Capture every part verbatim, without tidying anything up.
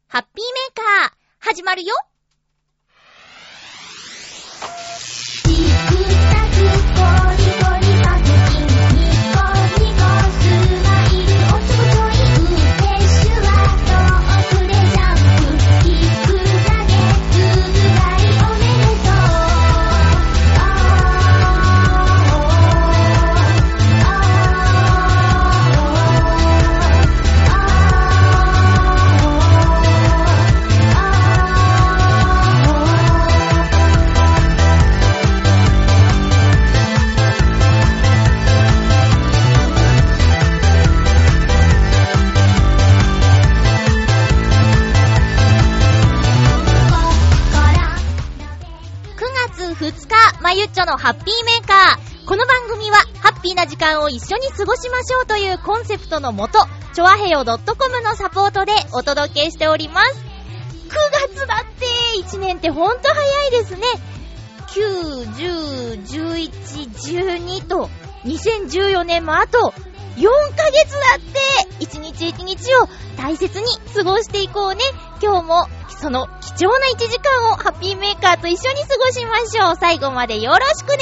ハッピーメーカー始まるよ。まゆっちょのハッピーメーカー。この番組はハッピーな時間を一緒に過ごしましょうというコンセプトのもと、チョアヘヨ .com のサポートでお届けしております。くがつだっていちねんってほんと早いですね。きゅう、じゅう、じゅういち、じゅうにとにせんじゅうよねんもあとよんかげつだって。一日一日を大切に過ごしていこうね。今日もその貴重ないちじかんをハッピーメーカーと一緒に過ごしましょう。最後までよろしくね。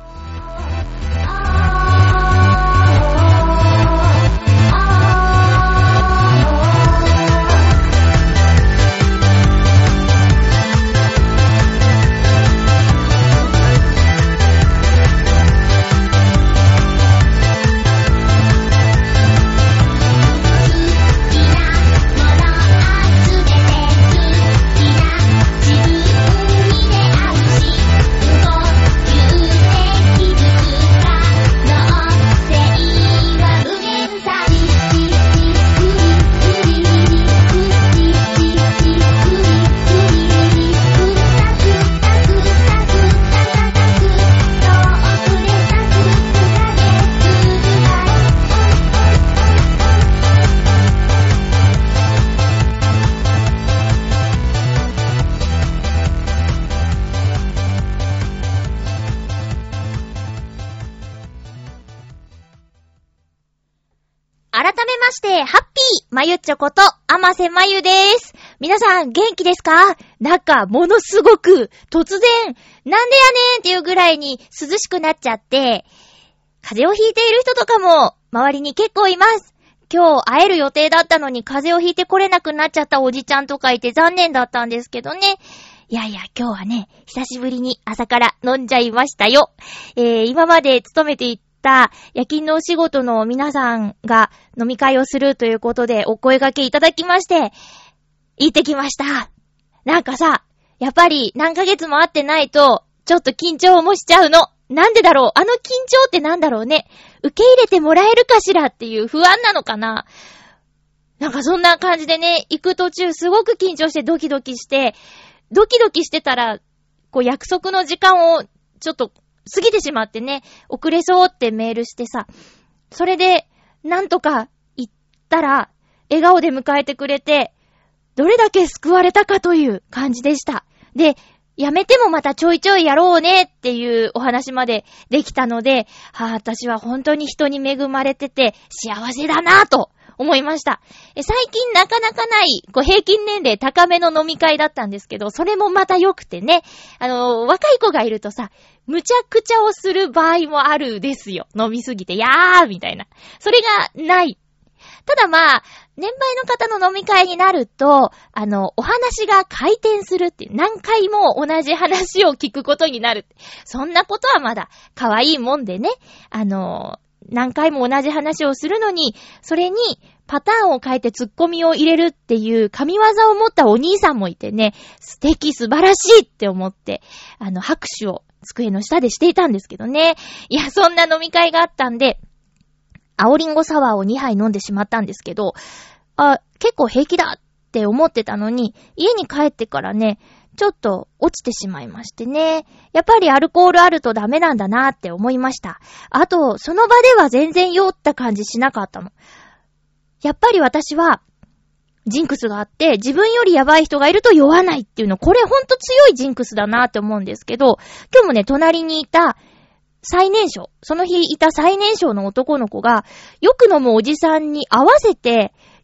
ハッピーまゆっちょことあませまゆです。皆さん元気ですか？なんかものすごく突然なんでやねんっていうぐらいに涼しくなっちゃって、風邪をひいている人とかも周りに結構います。今日会える予定だったのに風邪をひいてこれなくなっちゃったおじちゃんとかいて残念だったんですけどね。いやいや今日はね、久しぶりに朝から飲んじゃいましたよ。えー、今まで勤めてい夜勤のお仕事の皆さんが飲み会をするということでお声掛けいただきまして行ってきました。なんかさ、やっぱり何ヶ月も会ってないとちょっと緊張もしちゃうの。なんでだろう、あの緊張ってなんだろうね。受け入れてもらえるかしらっていう不安なのかな。なんかそんな感じでね、行く途中すごく緊張してドキドキしてドキドキしてたらこう約束の時間をちょっと過ぎてしまってね、遅れそうってメールしてさ、それでなんとか言ったら笑顔で迎えてくれて、どれだけ救われたかという感じでした。で、やめてもまたちょいちょいやろうねっていうお話までできたので、はあ、私は本当に人に恵まれてて幸せだなぁと思いました。え、最近なかなかないこう平均年齢高めの飲み会だったんですけど、それもまた良くてね、あの若い子がいるとさ、むちゃくちゃをする場合もあるですよ。飲みすぎてやーみたいな、それがない。ただまあ年配の方の飲み会になると、あのお話が回転するっていう、何回も同じ話を聞くことになる。そんなことはまだ可愛いもんでね、あの何回も同じ話をするのに、それにパターンを変えてツッコミを入れるっていう神業を持ったお兄さんもいてね、素敵素晴らしいって思って、あの拍手を机の下でしていたんですけどね。いや、そんな飲み会があったんで、青リンゴサワーをにはい飲んでしまったんですけど、あ、結構平気だって思ってたのに、家に帰ってからね、ちょっと落ちてしまいましてね。やっぱりアルコールあるとダメなんだなって思いました。あと、その場では全然酔った感じしなかったの。やっぱり私は、ジンクスがあって、自分よりやばい人がいると酔わないっていうの、これほんと強いジンクスだなって思うんですけど、今日もね、隣にいた最年少、その日いた最年少の男の子が、よく飲むおじさんに合わせて、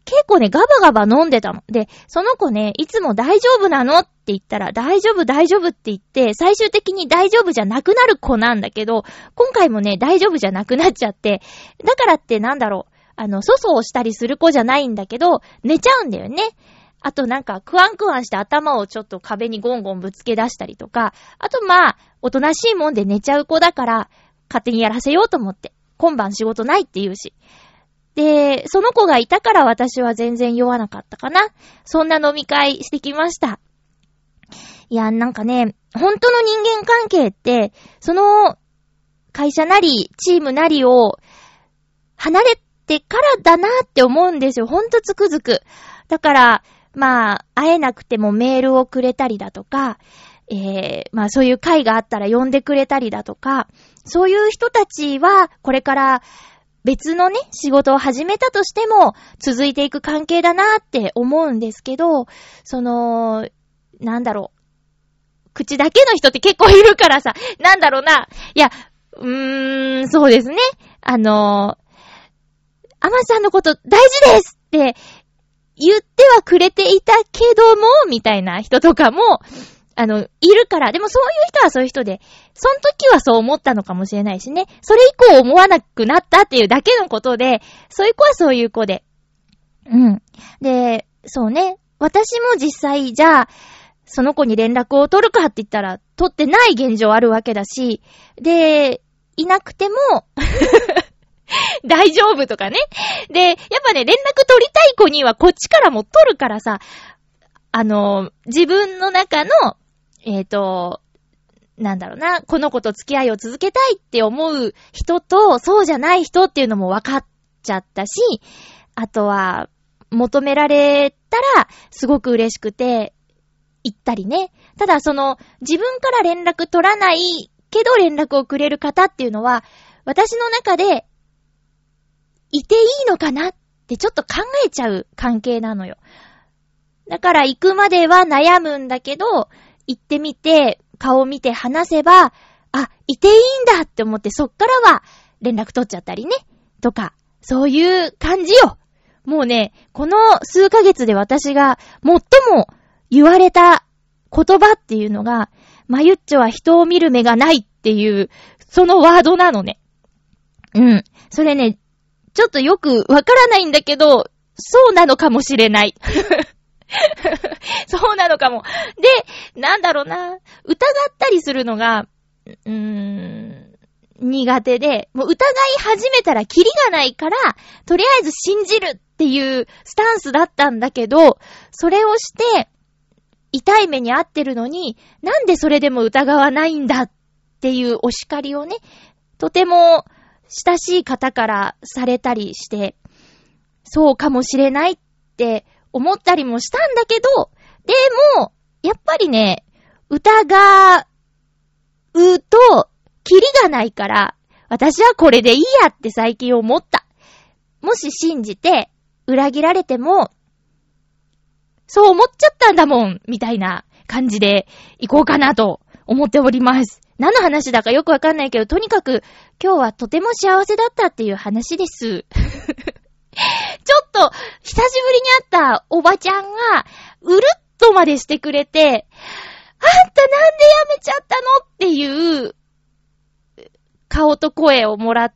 結構ね、ガバガバ飲んでたの。で、その子ね、いつも大丈夫なのって言ったら、大丈夫大丈夫って言って、最終的に大丈夫じゃなくなる子なんだけど、今回もね、大丈夫じゃなくなっちゃって、だからってなんだろう、あの、粗相をしたりする子じゃないんだけど、寝ちゃうんだよね。あとなんか、クワンクワンして頭をちょっと壁にゴンゴンぶつけ出したりとか、あとまあ、おとなしいもんで寝ちゃう子だから、勝手にやらせようと思って、今晩仕事ないって言うし。で、その子がいたから私は全然酔わなかったかな。そんな飲み会してきました。いや、なんかね、本当の人間関係って、その会社なり、チームなりを離れてからだなって思うんですよ。ほんとつくづく。だから、まあ、会えなくてもメールをくれたりだとか、えー、まあそういう会があったら呼んでくれたりだとか、そういう人たちはこれから別のね、仕事を始めたとしても続いていく関係だなって思うんですけど、その、なんだろう。口だけの人って結構いるからさ、なんだろうな。いや、うーん、そうですね。あの、アマさんのこと大事ですって言ってはくれていたけども、みたいな人とかも、あの、いるから、でもそういう人はそういう人で、その時はそう思ったのかもしれないしね。それ以降思わなくなったっていうだけのことで、そういう子はそういう子で。うん。で、そうね。私も実際、じゃあ、その子に連絡を取るかって言ったら、取ってない現状あるわけだし、で、いなくても、大丈夫とかね。で、やっぱね、連絡取りたい子にはこっちからも取るからさ、あの、自分の中の、えっと、なんだろうな、この子と付き合いを続けたいって思う人と、そうじゃない人っていうのも分かっちゃったし、あとは、求められたら、すごく嬉しくて、行ったりね。ただ、その、自分から連絡取らないけど連絡をくれる方っていうのは、私の中で、いていいのかなってちょっと考えちゃう関係なのよ。だから行くまでは悩むんだけど、行ってみて、顔を見て話せば、あ、いていいんだって思ってそっからは連絡取っちゃったりね。とか、そういう感じよ。もうね、この数ヶ月で私が最も言われた言葉っていうのが、まゆっちょは人を見る目がないっていう、そのワードなのね。うん。それね、ちょっとよくわからないんだけど、そうなのかもしれない。そうなのかも。で、なんだろうな。疑ったりするのが、うーん、苦手で、もう疑い始めたらキリがないから、とりあえず信じるっていうスタンスだったんだけど、それをして、痛い目に遭ってるのに、なんでそれでも疑わないんだっていうお叱りをね、とても親しい方からされたりして、そうかもしれないって思ったりもしたんだけど、でも、やっぱりね、疑うと、キリがないから、私はこれでいいやって最近思った。もし信じて、裏切られても、そう思っちゃったんだもん、みたいな感じで行こうかなと思っております。何の話だかよくわかんないけど、とにかく今日はとても幸せだったっていう話です。ちょっと久しぶりに会ったおばちゃんがうるっとまでしてくれて、あんたなんで辞めちゃったのっていう顔と声をもらって、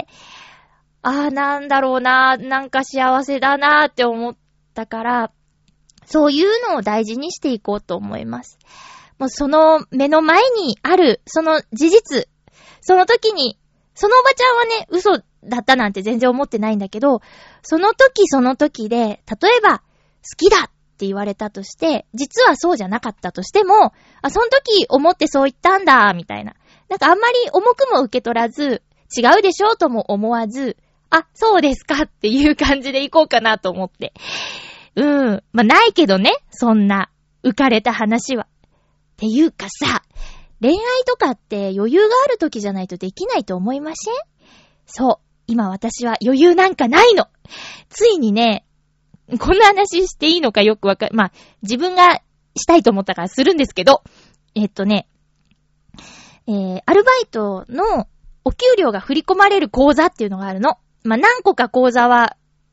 ああなんだろうな、なんか幸せだなって思ったから、そういうのを大事にしていこうと思います。もうその目の前にあるその事実、その時にそのおばちゃんはね、嘘だったなんて全然思ってないんだけど、その時その時で、例えば好きだって言われたとして、実はそうじゃなかったとしても、あ、その時思ってそう言ったんだみたいな、なんかあんまり重くも受け取らず、違うでしょとも思わず、あ、そうですかっていう感じでいこうかなと思って。うん。まあ、ないけどね。そんな、浮かれた話は。っていうかさ、恋愛とかって余裕がある時じゃないとできないと思いません？そう。今私は余裕なんかないの。ついにね、こんな話していいのかよくわかる。まあ、自分がしたいと思ったからするんですけど、えっとね、えー、アルバイトのお給料が振り込まれる口座っていうのがあるの。まあ、何個か口座は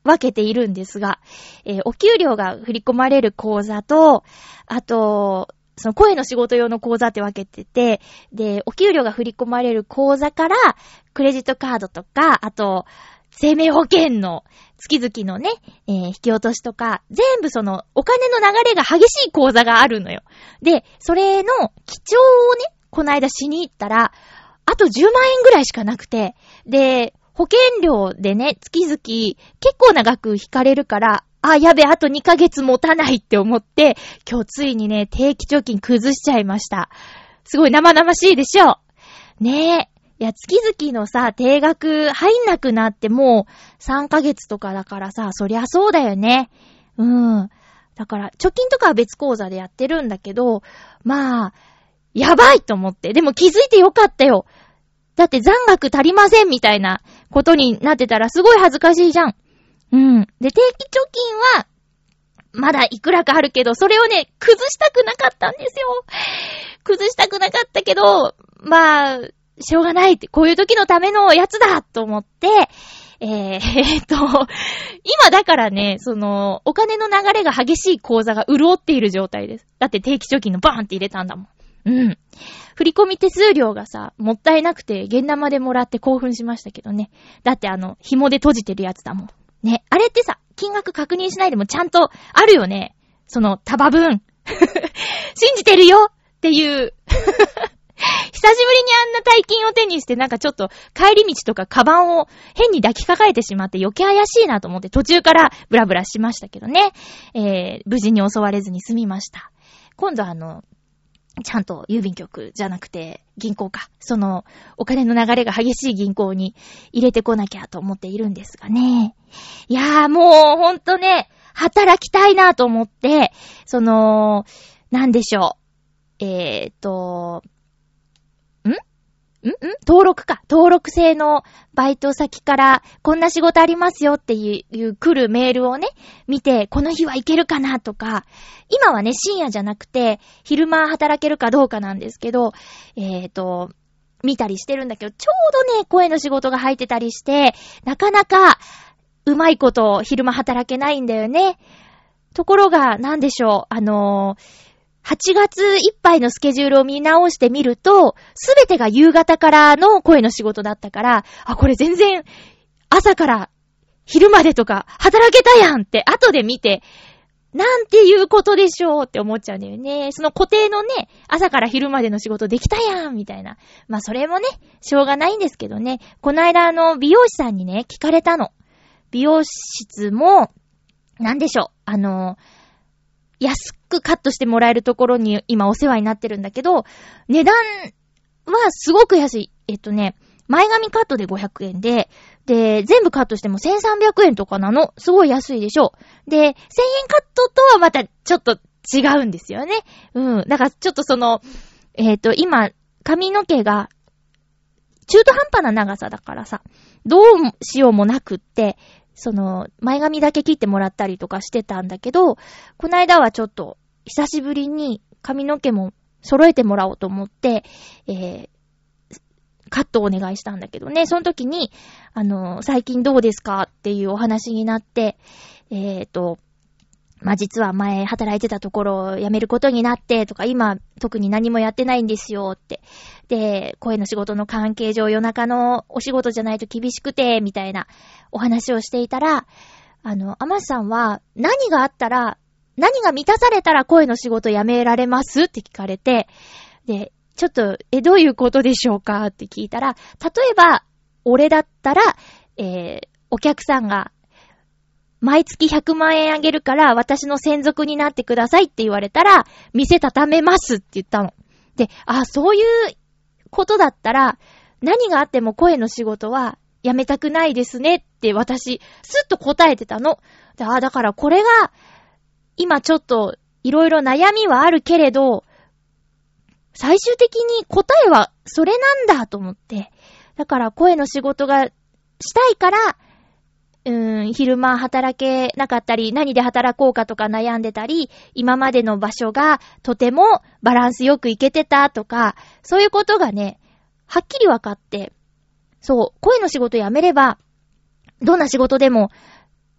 分けているんですが、えー、お給料が振り込まれる口座と、あと、その声の仕事用の口座って分けてて、で、お給料が振り込まれる口座から、クレジットカードとか、あと、生命保険の月々のね、えー、引き落としとか、全部そのお金の流れが激しい口座があるのよ。で、それの記帳をね、この間しに行ったら、あとじゅうまんえんぐらいしかなくて、で、保険料でね、月々結構な額引かれるから、あ、やべ、あとにかげつ持たないって思って、今日ついにね、定期貯金崩しちゃいました。すごい生々しいでしょ。ねえ。いや、月々のさ、定額入んなくなってもうさんかげつとかだからさ、そりゃそうだよね。うん。だから、貯金とかは別口座でやってるんだけど、まあ、やばいと思って。でも気づいてよかったよ。だって残額足りませんみたいなことになってたらすごい恥ずかしいじゃん。うん。で、定期貯金は、まだいくらかあるけど、それをね、崩したくなかったんですよ。崩したくなかったけど、まあ、しょうがないって、こういう時のためのやつだと思って、えー、えー、っと、今だからね、その、お金の流れが激しい口座が潤っている状態です。だって定期貯金のバーンって入れたんだもん。うん。振り込み手数料がさ、もったいなくて、現玉でもらって興奮しましたけどね。だってあの、紐で閉じてるやつだもん。ね。あれってさ、金額確認しないでもちゃんとあるよね。その、束分。信じてるよっていう。久しぶりにあんな大金を手にしてなんかちょっと帰り道とかカバンを変に抱きかかえてしまって余計怪しいなと思って途中からブラブラしましたけどね。えー、無事に襲われずに済みました。今度あの、ちゃんと郵便局じゃなくて銀行か。そのお金の流れが激しい銀行に入れてこなきゃと思っているんですがね。いやーもうほんとね、働きたいなと思って、その、なんでしょう。えーと、んん登録か。登録制のバイト先からこんな仕事ありますよっていう来るメールをね、見て、この日はいけるかなとか、今はね、深夜じゃなくて、昼間働けるかどうかなんですけど、えーと、見たりしてるんだけど、ちょうどね、声の仕事が入ってたりして、なかなか、うまいこと昼間働けないんだよね。ところが、なんでしょう、あのー、はちがついっぱいのスケジュールを見直してみると、すべてが夕方からの声の仕事だったから、あ、これ全然朝から昼までとか働けたやんって後で見て、なんていうことでしょうって思っちゃうんだよね。その固定のね、朝から昼までの仕事できたやんみたいな。まあそれもね、しょうがないんですけどね。この間あの美容師さんにね、聞かれたの。美容室も、なんでしょう、あの、安くカットしてもらえるところに今お世話になってるんだけど、値段はすごく安い。えっとね、前髪カットでごひゃくえんで、で、全部カットしてもせんさんびゃくえんとかなの。すごい安いでしょ。で、せんえんカットとはまたちょっと違うんですよね。うん。だからちょっとその、えっと、今、髪の毛が中途半端な長さだからさ、どうしようもなくって、その、前髪だけ切ってもらったりとかしてたんだけど、この間はちょっと、久しぶりに髪の毛も揃えてもらおうと思って、えー、カットをお願いしたんだけどね、その時に、あの、最近どうですかっていうお話になって、えーと、まあ、実は前働いてたところを辞めることになってとか、今特に何もやってないんですよって。で、声の仕事の関係上夜中のお仕事じゃないと厳しくて、みたいなお話をしていたら、あの、アマスさんは何があったら、何が満たされたら声の仕事辞められますって聞かれて、で、ちょっと、え、どういうことでしょうかって聞いたら、例えば、俺だったら、えー、お客さんが、毎月ひゃくまんえんあげるから私の専属になってくださいって言われたら店畳めますって言ったの。で、あ、そういうことだったら何があっても声の仕事はやめたくないですねって私すっと答えてたの。で、あ、だからこれが今ちょっといろいろ悩みはあるけれど最終的に答えはそれなんだと思って。だから声の仕事がしたいからうーん、昼間働けなかったり、何で働こうかとか悩んでたり、今までの場所がとてもバランスよくいけてたとか、そういうことがね、はっきり分かって、そう、声の仕事辞めれば、どんな仕事でも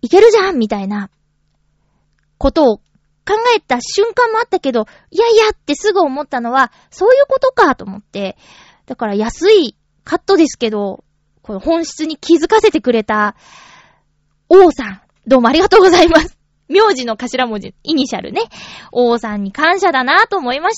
いけるじゃんみたいなことを考えた瞬間もあったけど、いやいやってすぐ思ったのは、そういうことかと思って、だから安いカットですけど、この本質に気づかせてくれた王さん、どうもありがとうございます。名字の頭文字、イニシャルね。王さんに感謝だなと思いました。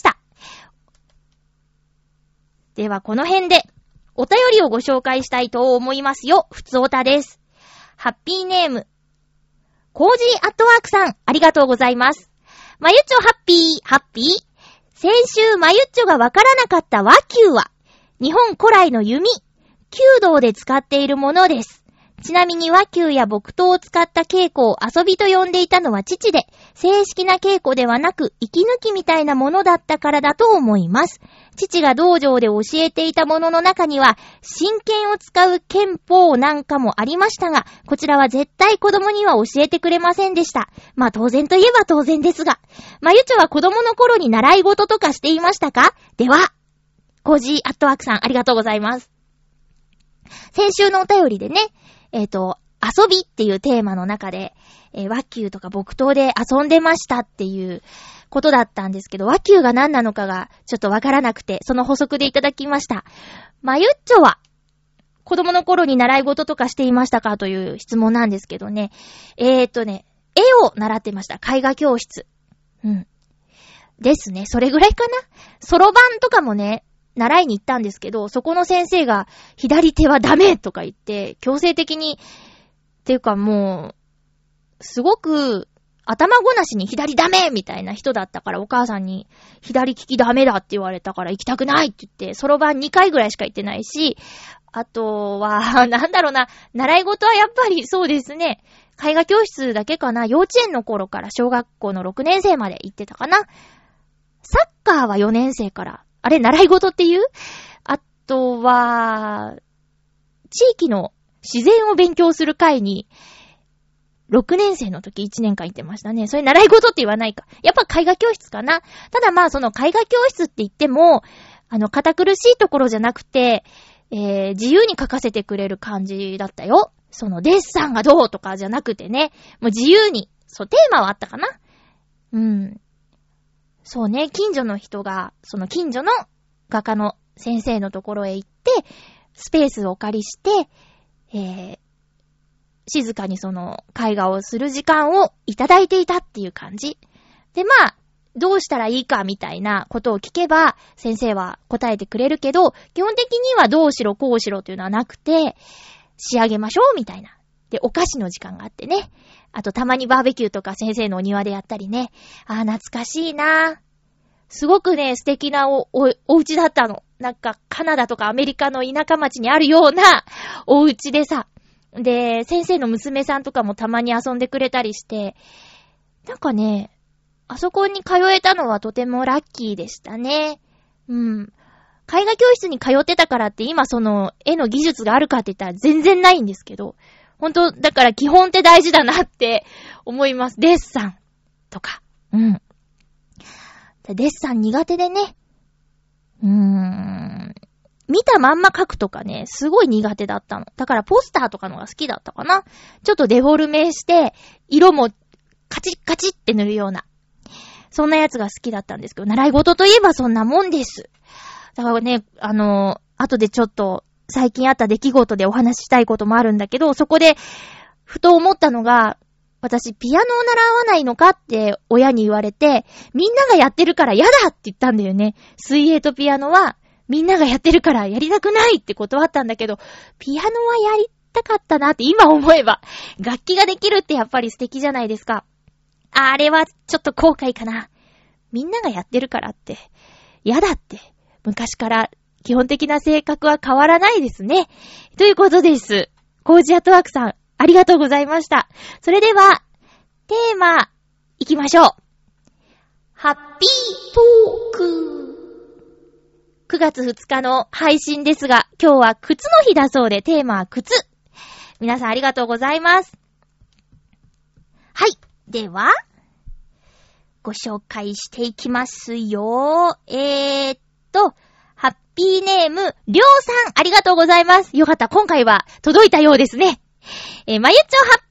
ではこの辺でお便りをご紹介したいと思いますよ。ふつおたです。ハッピーネームコージーアットワークさん、ありがとうございます。まゆっちょハッピーハッピー。先週まゆっちょがわからなかった和弓は日本古来の弓、弓道で使っているものです。ちなみに和弓や木刀を使った稽古を遊びと呼んでいたのは父で、正式な稽古ではなく息抜きみたいなものだったからだと思います。父が道場で教えていたものの中には真剣を使う拳法なんかもありましたが、こちらは絶対子供には教えてくれませんでした。まあ当然といえば当然ですが、まゆちょは子供の頃に習い事とかしていましたか？では、コージーアットワークさん、ありがとうございます。先週のお便りでね、えっと、遊びっていうテーマの中で、えー、和弓とか木刀で遊んでましたっていうことだったんですけど、和弓が何なのかがちょっとわからなくて、その補足でいただきました。まゆっちょは、子供の頃に習い事とかしていましたかという質問なんですけどね。えーっとね、絵を習ってました。絵画教室。うん。ですね。それぐらいかな。そろばんとかもね、習いに行ったんですけど、そこの先生が左手はダメとか言って強制的にっていうかもうすごく頭ごなしに左ダメみたいな人だったから、お母さんに左利きダメだって言われたから行きたくないって言って、そろばんにかいぐらいしか行ってないし、あとはなんだろうな、習い事はやっぱりそうですね、絵画教室だけかな。幼稚園の頃から小学校のろくねん生まで行ってたかな。サッカーはよねん生から、あれ、習い事って言う？あとは、地域の自然を勉強する会に、ろくねん生の時いちねんかん行ってましたね。それ習い事って言わないか。やっぱ絵画教室かな。ただまあ、その絵画教室って言っても、あの、堅苦しいところじゃなくて、えー、自由に描かせてくれる感じだったよ。その、デッサンがどうとかじゃなくてね、もう自由に、そう、テーマはあったかな。うん。そうね、近所の人が、その近所の画家の先生のところへ行って、スペースをお借りして、えー、静かにその絵画をする時間をいただいていたっていう感じ。で、まあ、どうしたらいいかみたいなことを聞けば、先生は答えてくれるけど、基本的にはどうしろこうしろというのはなくて、仕上げましょうみたいな。で、お菓子の時間があってね。あとたまにバーベキューとか先生のお庭でやったりね。あー懐かしいな。すごくね、素敵なお、お、お家だったの。なんかカナダとかアメリカの田舎町にあるようなお家でさ。で、先生の娘さんとかもたまに遊んでくれたりして、なんかね、あそこに通えたのはとてもラッキーでしたね。うん。絵画教室に通ってたからって今その絵の技術があるかって言ったら全然ないんですけど、本当だから基本って大事だなって思います。デッサンとか。うん。デッサン苦手でね。うーん。見たまんま描くとかね、すごい苦手だったの。だからポスターとかのが好きだったかな。ちょっとデフォルメして、色もカチッカチッって塗るような。そんなやつが好きだったんですけど、習い事といえばそんなもんです。だからね、あの、後でちょっと、最近あった出来事でお話ししたいこともあるんだけど、そこで、ふと思ったのが、私、ピアノを習わないのかって親に言われて、みんながやってるから嫌だって言ったんだよね。水泳とピアノは、みんながやってるからやりたくないって断ったんだけど、ピアノはやりたかったなって今思えば、楽器ができるってやっぱり素敵じゃないですか。あれはちょっと後悔かな。みんながやってるからって、嫌だって、昔から基本的な性格は変わらないですね。ということです。コージアットワークさん、ありがとうございました。それでは、テーマ、いきましょう。ハッピートーク。くがつふつかの配信ですが、今日は靴の日だそうで、テーマは靴。皆さんありがとうございます。はい。では、ご紹介していきますよ。えーっと、ハッピーネーム、りょうさん、ありがとうございます。よかった、今回は届いたようですね。えー、まゆっちょハッ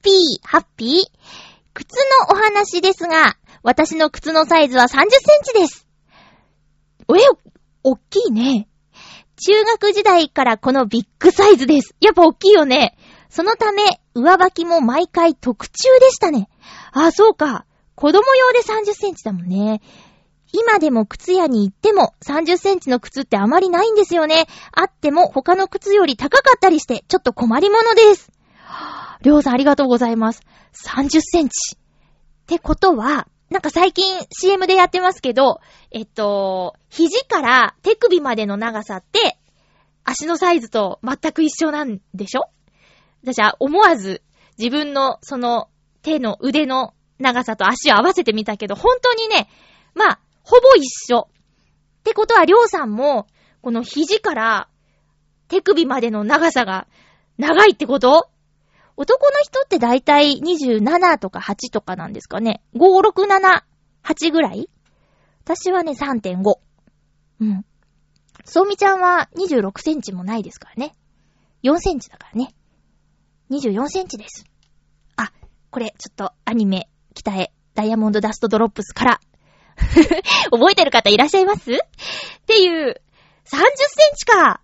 ピー、ハッピー。靴のお話ですが、私の靴のサイズはさんじゅっセンチです。え、お、おっきいね。中学時代からこのビッグサイズです。やっぱおっきいよね。そのため、上履きも毎回特注でしたね。あ、そうか。子供用でさんじゅっセンチだもんね。今でも靴屋に行ってもさんじゅっセンチの靴ってあまりないんですよね。あっても他の靴より高かったりしてちょっと困りものです。りょうさんありがとうございます。さんじゅっセンチ。ってことは、なんか最近 シーエム でやってますけど、えっと、肘から手首までの長さって足のサイズと全く一緒なんでしょ？私は思わず自分のその手の腕の長さと足を合わせてみたけど、本当にね、まあ、ほぼ一緒。ってことは、りょうさんも、この肘から手首までの長さが長いってこと？男の人ってだいたいにじゅうななとかはちとかなんですかね。ご、ろく、なな、はちぐらい？私はね、さんてんご。うん。そうみちゃんはにじゅうろくセンチもないですからね。よんセンチだからね。にじゅうよんセンチです。あ、これちょっとアニメ、北へ、ダイヤモンドダストドロップスから、覚えてる方いらっしゃいます？っていう、さんじゅっセンチか。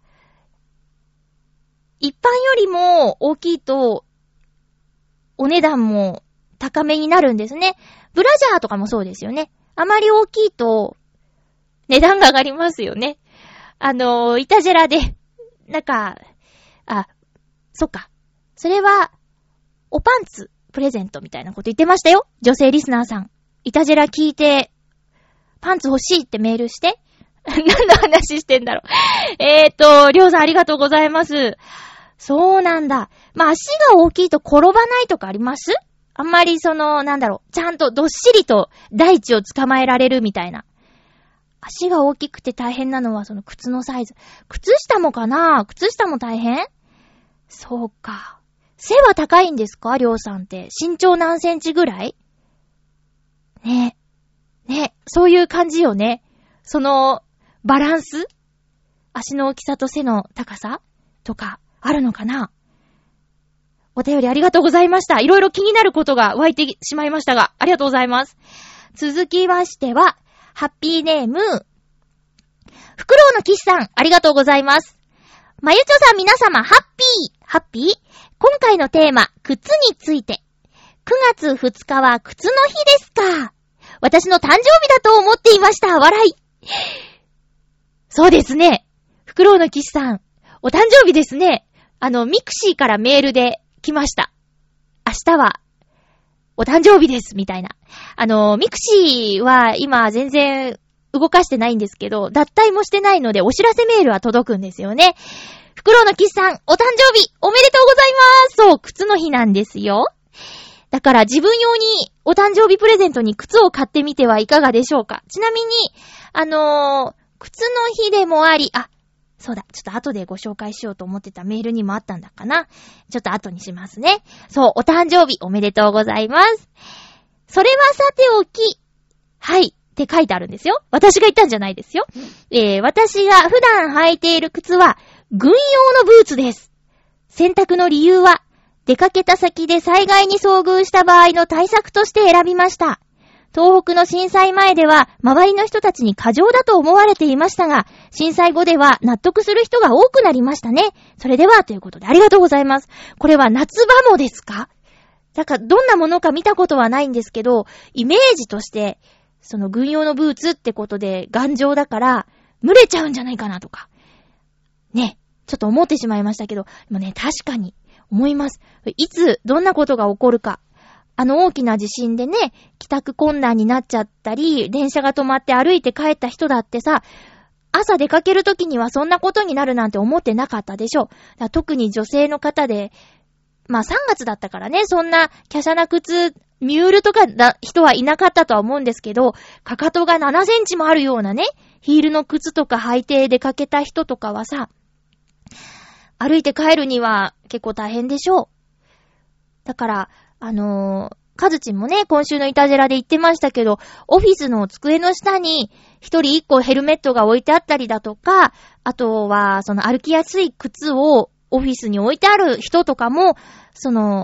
一般よりも大きいと、お値段も高めになるんですね。ブラジャーとかもそうですよね。あまり大きいと、値段が上がりますよね。あの、イタジェラで、なんか、あ、そっか。それは、おパンツプレゼントみたいなこと言ってましたよ。女性リスナーさん。イタジェラ聞いて、パンツ欲しいってメールして。何の話してんだろう。えーと、りょうさんありがとうございます。そうなんだ。まあ、足が大きいと転ばないとかあります？あんまりその、なんだろう、ちゃんとどっしりと大地を捕まえられるみたいな。足が大きくて大変なのはその靴のサイズ。靴下もかな？靴下も大変？そうか。背は高いんですか？りょうさんって。身長何センチぐらい？ね。ね。そういう感じよね。その、バランス？足の大きさと背の高さとかあるのかな？お便りありがとうございました。いろいろ気になることが湧いてしまいましたが、ありがとうございます。続きましては、ハッピーネーム、フクロウの騎士さん、ありがとうございます。まゆちょさん皆様、ハッピー、ハッピー。今回のテーマ、靴について。くがつふつかは靴の日ですか。私の誕生日だと思っていました。笑い。そうですね。フクロウの騎士さん、お誕生日ですね。あの、ミクシーからメールで来ました。明日は、お誕生日です、みたいな。あの、ミクシーは今全然動かしてないんですけど、脱退もしてないのでお知らせメールは届くんですよね。フクロウのキスさん、お誕生日おめでとうございます。そう、靴の日なんですよ。だから自分用にお誕生日プレゼントに靴を買ってみてはいかがでしょうか。ちなみに、あのー、靴の日でもあり、あ、そうだ、ちょっと後でご紹介しようと思ってたメールにもあったんだかな。ちょっと後にしますね。そう、お誕生日おめでとうございます。それはさておき、はいって書いてあるんですよ。私が言ったんじゃないですよ。えー、私が普段履いている靴は軍用のブーツです。選択の理由は、出かけた先で災害に遭遇した場合の対策として選びました。東北の震災前では周りの人たちに過剰だと思われていましたが、震災後では納得する人が多くなりましたね。それではということでありがとうございます。これは夏場もですか？だからどんなものか見たことはないんですけど、イメージとしてその軍用のブーツってことで頑丈だから蒸れちゃうんじゃないかなとかね、ちょっと思ってしまいましたけど、でもね、確かに思います。いつどんなことが起こるか。あの大きな地震でね、帰宅困難になっちゃったり、電車が止まって歩いて帰った人だってさ、朝出かけるときにはそんなことになるなんて思ってなかったでしょ。だから特に女性の方で、まあさんがつだったからね、そんな華奢な靴、ミュールとかだ人はいなかったとは思うんですけど、かかとがななセンチもあるようなね、ヒールの靴とか履いて出かけた人とかはさ、歩いて帰るには結構大変でしょう。だから、あのー、カズチンもね、今週のイタジェラで言ってましたけど、オフィスの机の下に一人一個ヘルメットが置いてあったりだとか、あとはその歩きやすい靴をオフィスに置いてある人とかも、その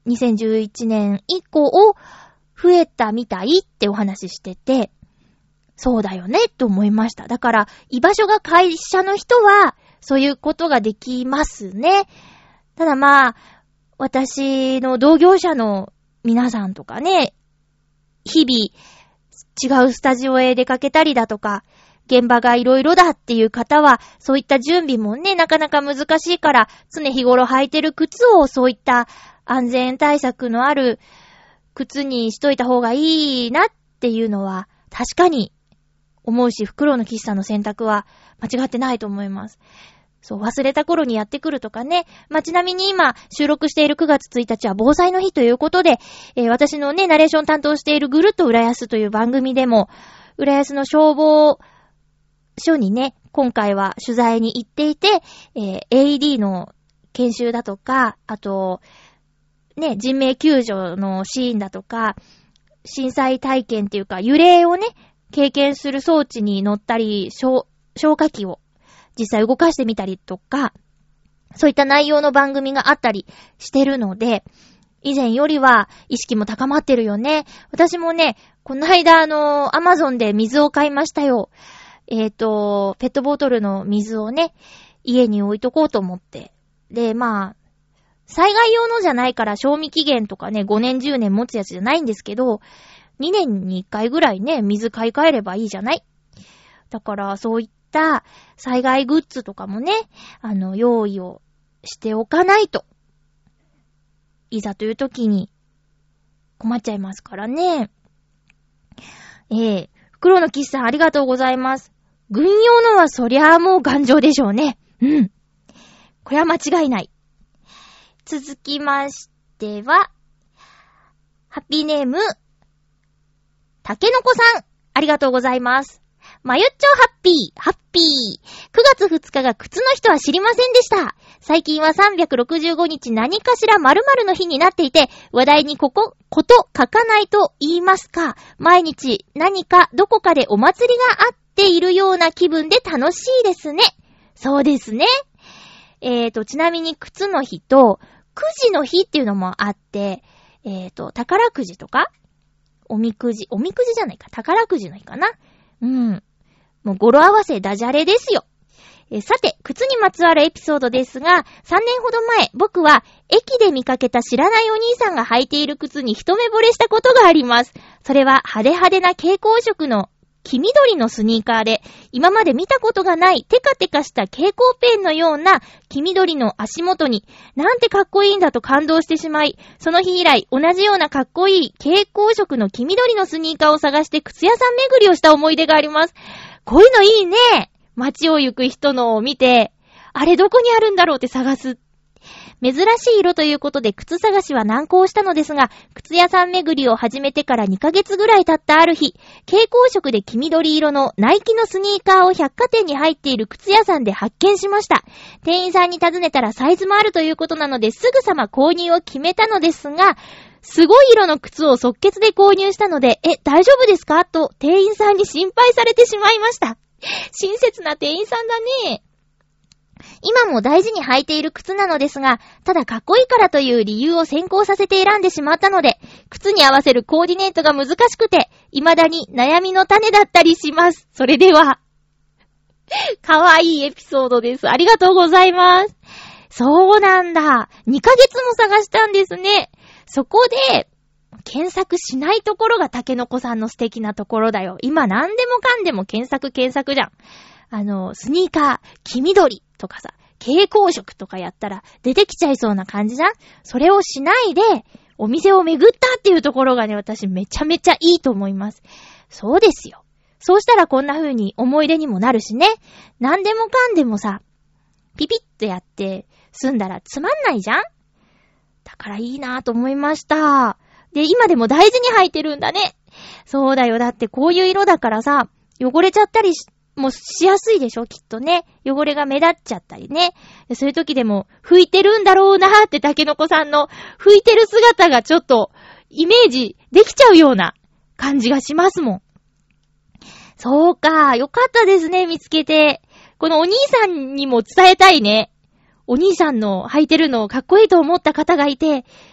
にせんじゅういちねん以降増えたみたいってお話ししてて、そうだよねと思いました。だから居場所が会社の人はそういうことができますね。ただまあ私の同業者の皆さんとかね、日々違うスタジオへ出かけたりだとか、現場がいろいろだっていう方は、そういった準備もね、なかなか難しいから、常日頃履いてる靴をそういった安全対策のある靴にしといた方がいいなっていうのは、確かに思うし、フクロウの岸さんの選択は間違ってないと思います。そう、忘れた頃にやってくるとかね。まあ、ちなみに今収録しているくがつついたちは防災の日ということで、えー、私のね、ナレーション担当しているぐるっと浦安という番組でも、浦安の消防署にね、今回は取材に行っていて、えー、エーイーディー の研修だとか、あと、ね、人命救助のシーンだとか、震災体験っていうか、揺れをね、経験する装置に乗ったり、消、消火器を実際動かしてみたりとか、そういった内容の番組があったりしてるので、以前よりは意識も高まってるよね。私もね、この間あの、アマゾンで水を買いましたよ。えっと、ペットボトルの水をね、家に置いとこうと思って。で、まあ、災害用のじゃないから賞味期限とかね、ごねんじゅうねん持つやつじゃないんですけど、にねんにいっかいぐらいね、水買い替えればいいじゃない。だからそういった災害グッズとかもね、あの、用意をしておかないと。いざという時に困っちゃいますからね。えー、フクロウのキスさんありがとうございます。軍用のはそりゃあもう頑丈でしょうね。うん。これは間違いない。続きましては、ハッピーネーム、たけのこさん、ありがとうございます。まゆっちょハッピー、ハッピー。くがつふつかが靴の日とは知りませんでした。最近はさんびゃくろくじゅうごにち何かしら〇〇の日になっていて、話題にここ、こと書かないと言いますか、毎日何かどこかでお祭りがあっているような気分で楽しいですね。そうですね。えーと、ちなみに靴の日と、くじの日っていうのもあって、えーと、宝くじとかおみくじ、おみくじじゃないか、宝くじの日かな。うん。もう語呂合わせダジャレですよ。えさて、靴にまつわるエピソードですが、さんねんほど前、僕は駅で見かけた知らないお兄さんが履いている靴に一目惚れしたことがあります。それは派手派手な蛍光色の黄緑のスニーカーで、今まで見たことがないテカテカした蛍光ペンのような黄緑の足元に、なんてかっこいいんだと感動してしまい、その日以来同じようなかっこいい蛍光色の黄緑のスニーカーを探して靴屋さん巡りをした思い出があります。こういうのいいね。街を行く人のを見て、あれどこにあるんだろうって探す。珍しい色ということで靴探しは難航したのですが、靴屋さん巡りを始めてからにかげつぐらい経ったある日、蛍光色で黄緑色のナイキのスニーカーを百貨店に入っている靴屋さんで発見しました。店員さんに尋ねたらサイズもあるということなのですぐさま購入を決めたのですが、すごい色の靴を即決で購入したので、え、大丈夫ですかと店員さんに心配されてしまいました。親切な店員さんだね。今も大事に履いている靴なのですが、ただかっこいいからという理由を先行させて選んでしまったので、靴に合わせるコーディネートが難しくて、未だに悩みの種だったりします。それでは、かわいいエピソードです。ありがとうございます。そうなんだ。にかげつも探したんですね。そこで、検索しないところがタケノコさんの素敵なところだよ。今何でもかんでも検索検索じゃん。あの、スニーカー、黄緑とかさ、蛍光色とかやったら出てきちゃいそうな感じじゃん。それをしないで、お店を巡ったっていうところがね、私めちゃめちゃいいと思います。そうですよ。そうしたらこんな風に思い出にもなるしね。何でもかんでもさ、ピピッとやって済んだらつまんないじゃん。だからいいなぁと思いました。で、今でも大事に履いてるんだね。そうだよ。だってこういう色だからさ、汚れちゃったりし、もうしやすいでしょきっとね。汚れが目立っちゃったりね。そういう時でも拭いてるんだろうなーってタケノコさんの拭いてる姿がちょっとイメージできちゃうような感じがしますもん。そうか。よかったですね。見つけて。このお兄さんにも伝えたいね。お兄さんの履いてるのをかっこいいと思った方がいて、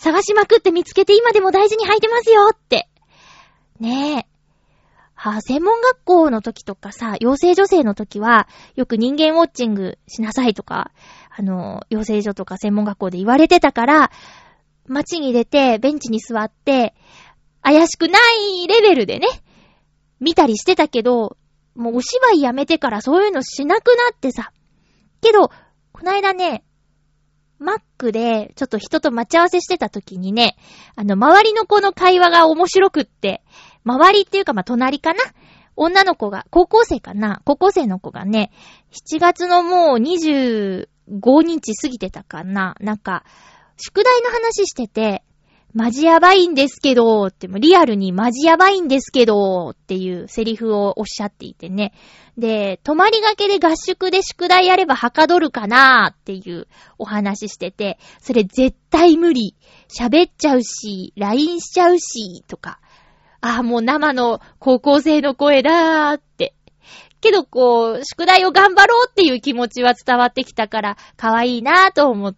探しまくって見つけて今でも大事に履いてますよって。ねえ。はあ、専門学校の時とかさ、養成女性の時は、よく人間ウォッチングしなさいとか、あの、養成所とか専門学校で言われてたから、街に出て、ベンチに座って、怪しくないレベルでね、見たりしてたけど、もうお芝居やめてからそういうのしなくなってさ。けど、こないだね、マックでちょっと人と待ち合わせしてた時にね、あの、周りの子の会話が面白くって、周りっていうかまあ、隣かな？女の子が、高校生かな？高校生の子がね、しちがつのもうにじゅうごにち過ぎてたかな？なんか、宿題の話してて、マジやばいんですけど、ってもリアルにマジやばいんですけど、っていうセリフをおっしゃっていてね。で、泊まりがけで合宿で宿題やればはかどるかなっていうお話してて、それ絶対無理。喋っちゃうし、ライン しちゃうし、とか。ああ、もう生の高校生の声だーって。けどこう、宿題を頑張ろうっていう気持ちは伝わってきたから、可愛いなーと思って、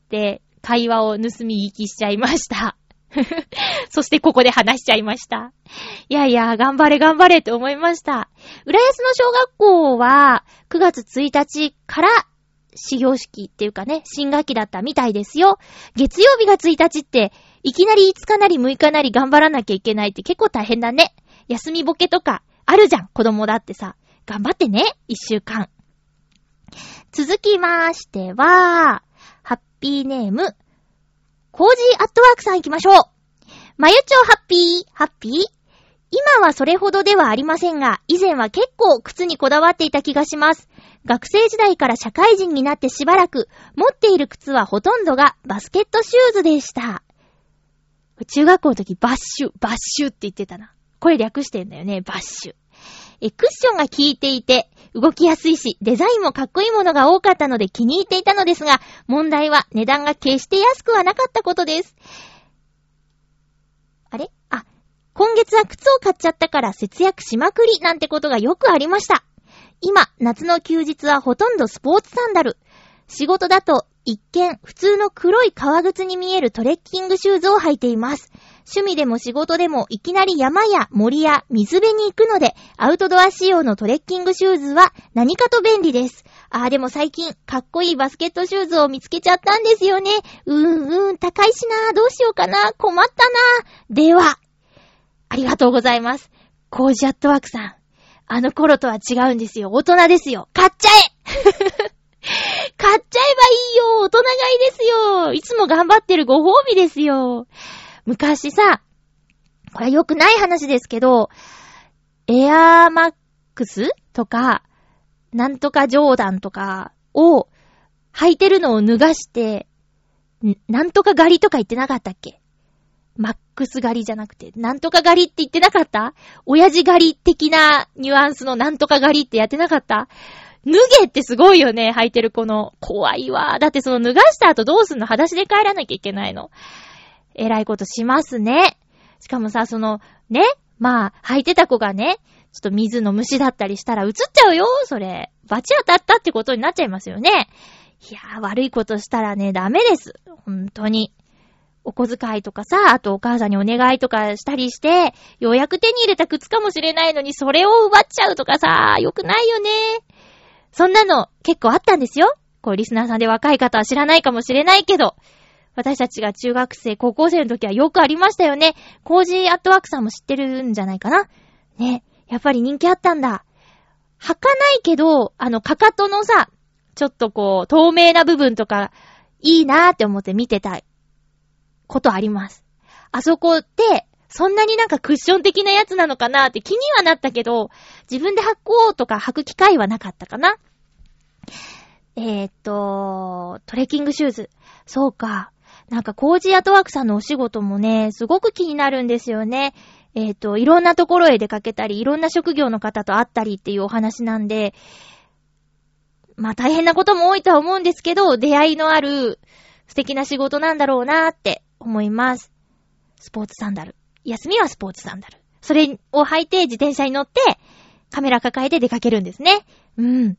会話を盗み聞きしちゃいました。そしてここで話しちゃいました。いやいや、頑張れ頑張れって思いました。浦安の小学校はくがつついたちから始業式っていうかね、新学期だったみたいですよ。月曜日がついたちっていきなりいつかなりむいかなり頑張らなきゃいけないって結構大変だね。休みボケとかあるじゃん、子供だってさ。頑張ってね、いっしゅうかん。続きましては、ハッピーネーム、コージーアットワークさん行きましょう。まゆちょハッピー、ハッピー？今はそれほどではありませんが、以前は結構靴にこだわっていた気がします。学生時代から社会人になってしばらく、持っている靴はほとんどがバスケットシューズでした。中学校の時バッシュ、バッシュって言ってたな。これ略してんだよね、バッシュ。え、クッションが効いていて、動きやすいし、デザインもかっこいいものが多かったので気に入っていたのですが、問題は値段が決して安くはなかったことです。あれ？あ、今月は靴を買っちゃったから節約しまくりなんてことがよくありました。今、夏の休日はほとんどスポーツサンダル。仕事だと一見普通の黒い革靴に見えるトレッキングシューズを履いています。趣味でも仕事でもいきなり山や森や水辺に行くので、アウトドア仕様のトレッキングシューズは何かと便利です。あーでも最近かっこいいバスケットシューズを見つけちゃったんですよね。うーんうーん高いしなー、どうしようかな、困ったなー。では、ありがとうございます。コージアットワークさん。あの頃とは違うんですよ。大人ですよ。買っちゃえ買っちゃえばいいよ。大人買いですよ。いつも頑張ってるご褒美ですよ。昔さ、これは良くない話ですけど、エアーマックスとか、なんとかジョーダンとかを履いてるのを脱がして、なんとか狩りとか言ってなかったっけ？マックス狩りじゃなくて、なんとか狩りって言ってなかった？親父狩り的なニュアンスのなんとか狩りってやってなかった？脱げってすごいよね、履いてる子の。怖いわ。だってその脱がした後どうすんの？裸足で帰らなきゃいけないの。えらいことしますね。しかもさ、その、ね、まあ、履いてた子がね、ちょっと水の虫だったりしたら映っちゃうよ、それ。バチ当たったってことになっちゃいますよね。いやー、悪いことしたらね、ダメです。本当に。お小遣いとかさ、あとお母さんにお願いとかしたりして、ようやく手に入れた靴かもしれないのに、それを奪っちゃうとかさ、よくないよね。そんなの結構あったんですよ。こう、リスナーさんで若い方は知らないかもしれないけど、私たちが中学生、高校生の時はよくありましたよね。コージーアットワークさんも知ってるんじゃないかな。ね。やっぱり人気あったんだ。履かないけど、あの、かかとのさ、ちょっとこう、透明な部分とか、いいなーって思って見てたことあります。あそこって、そんなになんかクッション的なやつなのかなって気にはなったけど、自分で履こうとか履く機会はなかったかな。えーっと、トレッキングシューズ。そうか。なんかコージーアットワークさんのお仕事もね、すごく気になるんですよね。えーっと、いろんなところへ出かけたり、いろんな職業の方と会ったりっていうお話なんで、まあ大変なことも多いとは思うんですけど、出会いのある素敵な仕事なんだろうなーって思います。スポーツサンダル。休みはスポーツサンダル。それを履いて自転車に乗ってカメラ抱えて出かけるんですね。うん。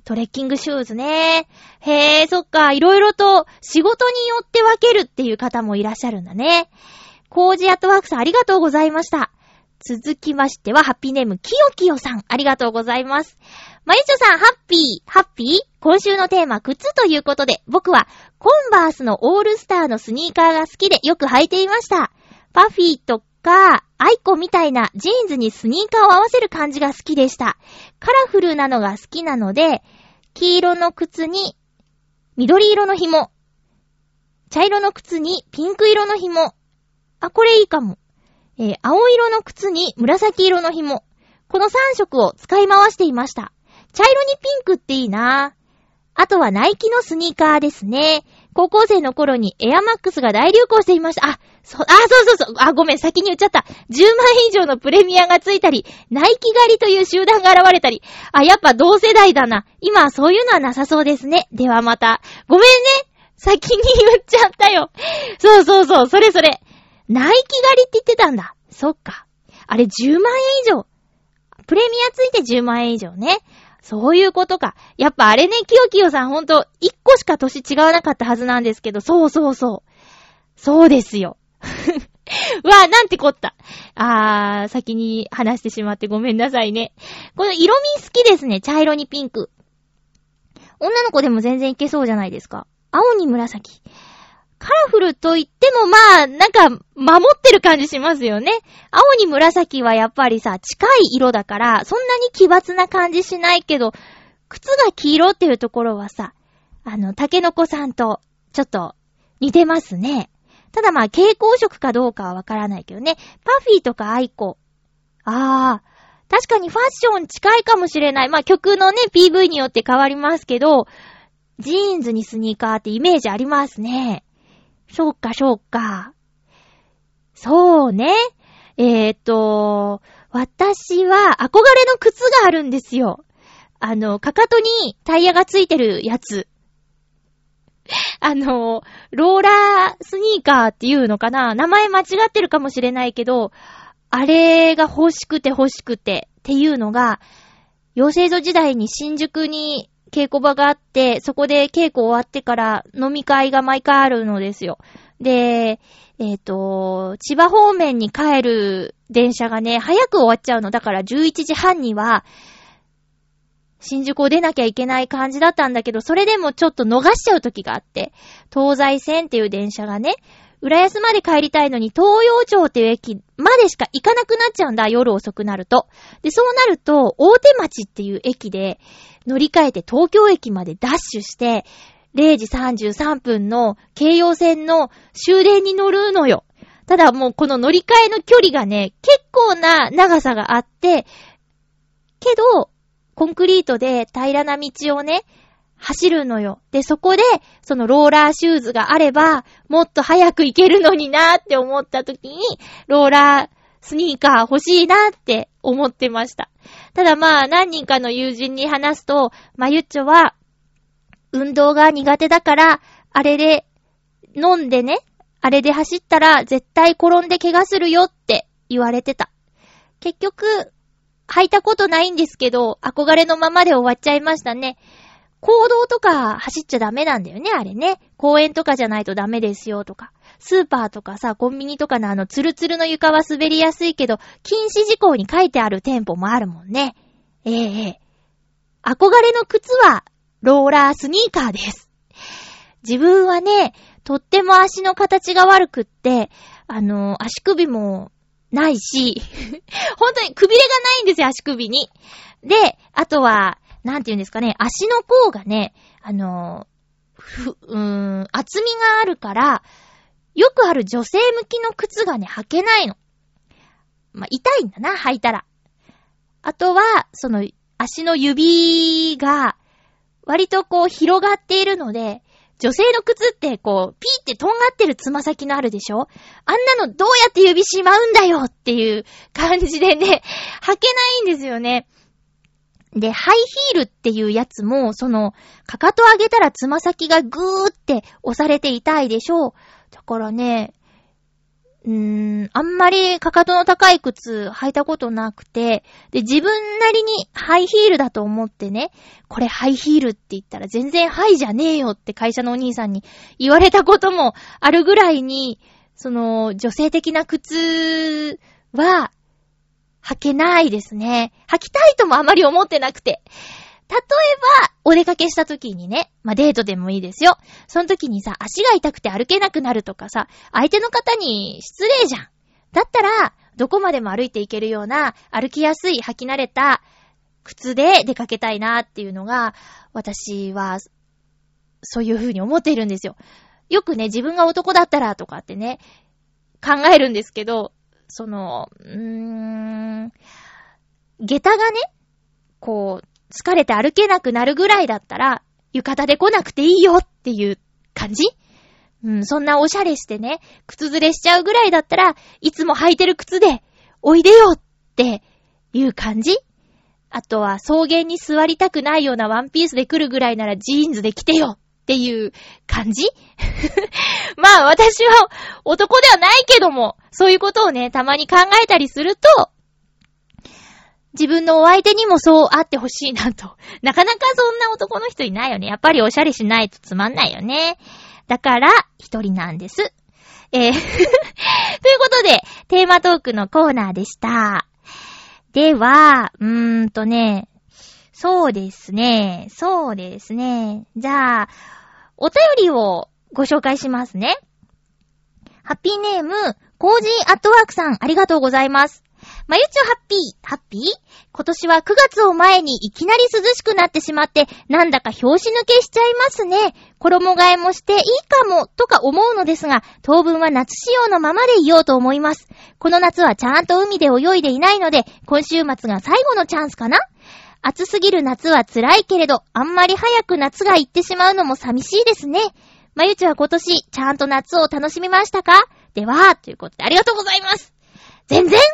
トレッキングシューズね。へー、そっか。いろいろと仕事によって分けるっていう方もいらっしゃるんだね。コージアットワークさんありがとうございました。続きましては、ハッピーネーム、きよきよさん。ありがとうございます。まゆちょさん、ハッピー、ハッピー今週のテーマ、靴ということで、僕は、コンバースのオールスターのスニーカーが好きでよく履いていました。パフィーとか、アイコみたいなジーンズにスニーカーを合わせる感じが好きでした。カラフルなのが好きなので、黄色の靴に、緑色の紐。茶色の靴にピンク色の紐。あ、これいいかも。えー、青色の靴に紫色の紐。このさん色を使い回していました。茶色にピンクっていいな。あとはナイキのスニーカーですね。高校生の頃にエアマックスが大流行していました。あ、そ、あ、そうそうそう。あ、ごめん、先に言っちゃった。じゅうまん以上のプレミアがついたり、ナイキ狩りという集団が現れたり。あ、やっぱ同世代だな。今はそういうのはなさそうですね。ではまた。ごめんね。先に言っちゃったよ。そうそうそう。それそれ。ナイキ狩りって言ってたんだ。そっか。あれじゅうまんえん以上。プレミアついてじゅうまんえん以上ね。そういうことか。やっぱあれね、きよきよさんほんと、いっこしか年違わなかったはずなんですけど、そうそうそう。そうですよ。うわぁ、なんてこった。あー、先に話してしまってごめんなさいね。この色味好きですね。茶色にピンク。女の子でも全然いけそうじゃないですか。青に紫。カラフルと言ってもまあ、なんか、守ってる感じしますよね。青に紫はやっぱりさ、近い色だから、そんなに奇抜な感じしないけど、靴が黄色っていうところはさ、あの、タケノコさんと、ちょっと、似てますね。ただまあ、蛍光色かどうかはわからないけどね。パフィーとかアイコ。あー、確かにファッション近いかもしれない。まあ、曲のね、ピーブイ によって変わりますけど、ジーンズにスニーカーってイメージありますね。そうか、そうか。そうね。えーっと、私は憧れの靴があるんですよ。あの、かかとにタイヤがついてるやつ。あの、ローラースニーカーっていうのかな？名前間違ってるかもしれないけど、あれが欲しくて欲しくてっていうのが、養成所時代に新宿に稽古場があって、そこで稽古終わってから飲み会が毎回あるのですよ。で、えっと、千葉方面に帰る電車がね、早く終わっちゃうの。だからじゅういちじはんには、新宿を出なきゃいけない感じだったんだけど、それでもちょっと逃しちゃう時があって、東西線っていう電車がね、浦安まで帰りたいのに東陽町っていう駅までしか行かなくなっちゃうんだ、夜遅くなると。で、そうなると、大手町っていう駅で乗り換えて東京駅までダッシュして、れいじさんじゅうさんぷんの京葉線の終電に乗るのよ。ただもうこの乗り換えの距離がね、結構な長さがあって、けど、コンクリートで平らな道をね、走るのよ。で、そこで、そのローラーシューズがあれば、もっと早く行けるのになーって思った時に、ローラースニーカー欲しいなって思ってました。ただまあ、何人かの友人に話すと、まゆっちょは、運動が苦手だから、あれで飲んでね、あれで走ったら絶対転んで怪我するよって言われてた。結局、履いたことないんですけど、憧れのままで終わっちゃいましたね。公道とか走っちゃダメなんだよね、あれね。公園とかじゃないとダメですよとか。スーパーとかさ、コンビニとかのあのツルツルの床は滑りやすいけど、禁止事項に書いてある店舗もあるもんね。ええええ。憧れの靴は、ローラースニーカーです。自分はね、とっても足の形が悪くって、あの、足首もないし、本当にくびれがないんですよ、足首に。で、あとは、なんて言うんですかね、足の甲がね、あの、ふ、うーん、厚みがあるから、よくある女性向きの靴がね、履けないの。まあ、痛いんだな、履いたら。あとは、その、足の指が、割とこう広がっているので、女性の靴ってこう、ピーってとんがってるつま先のあるでしょ？あんなのどうやって指しまうんだよっていう感じでね、履けないんですよね。で、ハイヒールっていうやつも、その、かかと上げたらつま先がぐーって押されて痛いでしょ？だからね、 うーん、あんまりかかとの高い靴履いたことなくて、で、自分なりにハイヒールだと思ってね、これハイヒールって言ったら全然ハイじゃねえよって会社のお兄さんに言われたこともあるぐらいに、その、女性的な靴は履けないですね。履きたいともあまり思ってなくて。例えば、お出かけした時にね、まあ、デートでもいいですよ。その時にさ、足が痛くて歩けなくなるとかさ、相手の方に失礼じゃん。だったら、どこまでも歩いていけるような、歩きやすい、履き慣れた靴で出かけたいなっていうのが、私は、そういう風に思っているんですよ。よくね、自分が男だったらとかってね、考えるんですけど、その、うーん、下駄がね、こう、疲れて歩けなくなるぐらいだったら、浴衣で来なくていいよっていう感じ？うん、そんなおしゃれしてね、靴ずれしちゃうぐらいだったら、いつも履いてる靴で、おいでよっていう感じ？あとは、草原に座りたくないようなワンピースで来るぐらいならジーンズで来てよっていう感じ？まあ、私は男ではないけども、そういうことをね、たまに考えたりすると、自分のお相手にもそうあってほしいなと。なかなかそんな男の人いないよね。やっぱりおしゃれしないとつまんないよね。だから、一人なんです。えー、ということで、テーマトークのコーナーでした。では、うーんとね、そうですね、そうですね。じゃあ、お便りをご紹介しますね。ハッピーネーム、コージーアットワークさん、ありがとうございます。まゆちょハッピー、ハッピー？今年はくがつを前にいきなり涼しくなってしまって、なんだか拍子抜けしちゃいますね。衣替えもしていいかも、とか思うのですが、当分は夏仕様のままでいようと思います。この夏はちゃんと海で泳いでいないので、今週末が最後のチャンスかな？暑すぎる夏は辛いけれど、あんまり早く夏が行ってしまうのも寂しいですね。まゆちは今年、ちゃんと夏を楽しみましたか？では、ということでありがとうございます。全然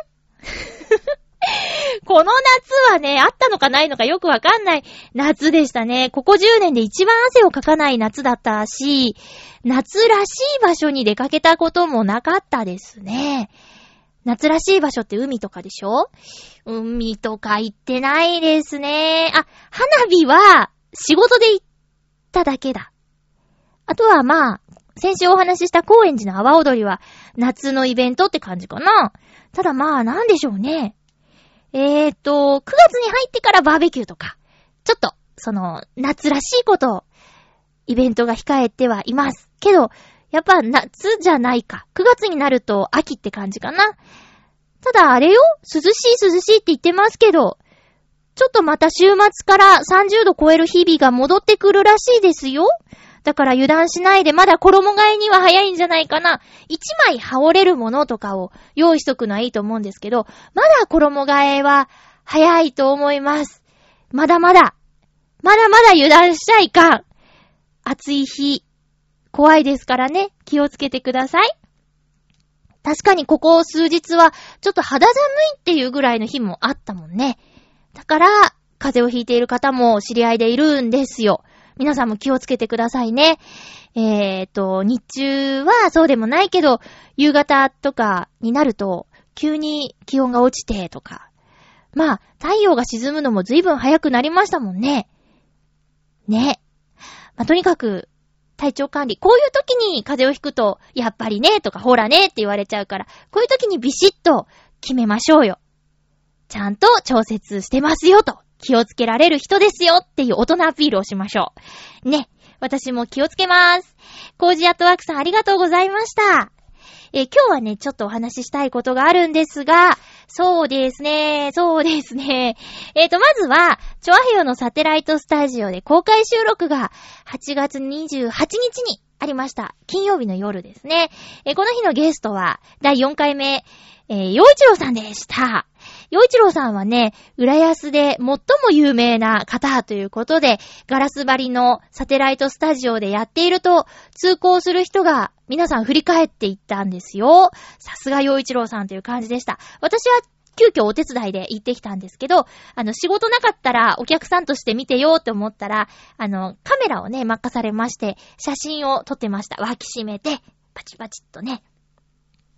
この夏はね、あったのかないのかよくわかんない夏でしたね。ここじゅうねんで一番汗をかかない夏だったし、夏らしい場所に出かけたこともなかったですね。夏らしい場所って海とかでしょ？海とか行ってないですね。あ、花火は仕事で行っただけだ。あとはまあ、先週お話しした高円寺の阿波踊りは夏のイベントって感じかな。ただまあなんでしょうね。えーと、くがつに入ってからバーベキューとか、ちょっと、その、夏らしいこと、イベントが控えてはいます。けど、やっぱ夏じゃないか。くがつになると秋って感じかな。ただあれよ、涼しい涼しいって言ってますけど、ちょっとまた週末からさんじゅうど超える日々が戻ってくるらしいですよ。だから油断しないでまだ衣替えには早いんじゃないかな。一枚羽織れるものとかを用意しとくのはいいと思うんですけど、まだ衣替えは早いと思います。まだまだ、まだまだ油断しちゃいかん。暑い日、怖いですからね。気をつけてください。確かにここ数日はちょっと肌寒いっていうぐらいの日もあったもんね。だから、風邪をひいている方も知り合いでいるんですよ。皆さんも気をつけてくださいね。えーと、日中はそうでもないけど、夕方とかになると、急に気温が落ちてとか。まあ、太陽が沈むのも随分早くなりましたもんね。ね。まあ、とにかく、体調管理。こういう時に風邪をひくと、やっぱりね、とかほらねって言われちゃうから、こういう時にビシッと決めましょうよ。ちゃんと調節してますよと。気をつけられる人ですよっていう大人アピールをしましょう。ね。私も気をつけます。コージアットワークさんありがとうございました。えー、今日はね、ちょっとお話ししたいことがあるんですが、そうですね、そうですね。えーと、まずは、チョアヘヨのサテライトスタジオで公開収録がはちがつにじゅうはちにちにありました。金曜日の夜ですね。えー、この日のゲストは、だいよんかいめ、えー、陽一郎さんでした。陽一郎さんはね、浦安で最も有名な方ということで、ガラス張りのサテライトスタジオでやっていると、通行する人が皆さん振り返っていったんですよ。さすが陽一郎さんという感じでした。私は急遽お手伝いで行ってきたんですけど、あの、仕事なかったらお客さんとして見てよって思ったら、あの、カメラをね、任されまして、写真を撮ってました。脇締めて、パチパチっとね。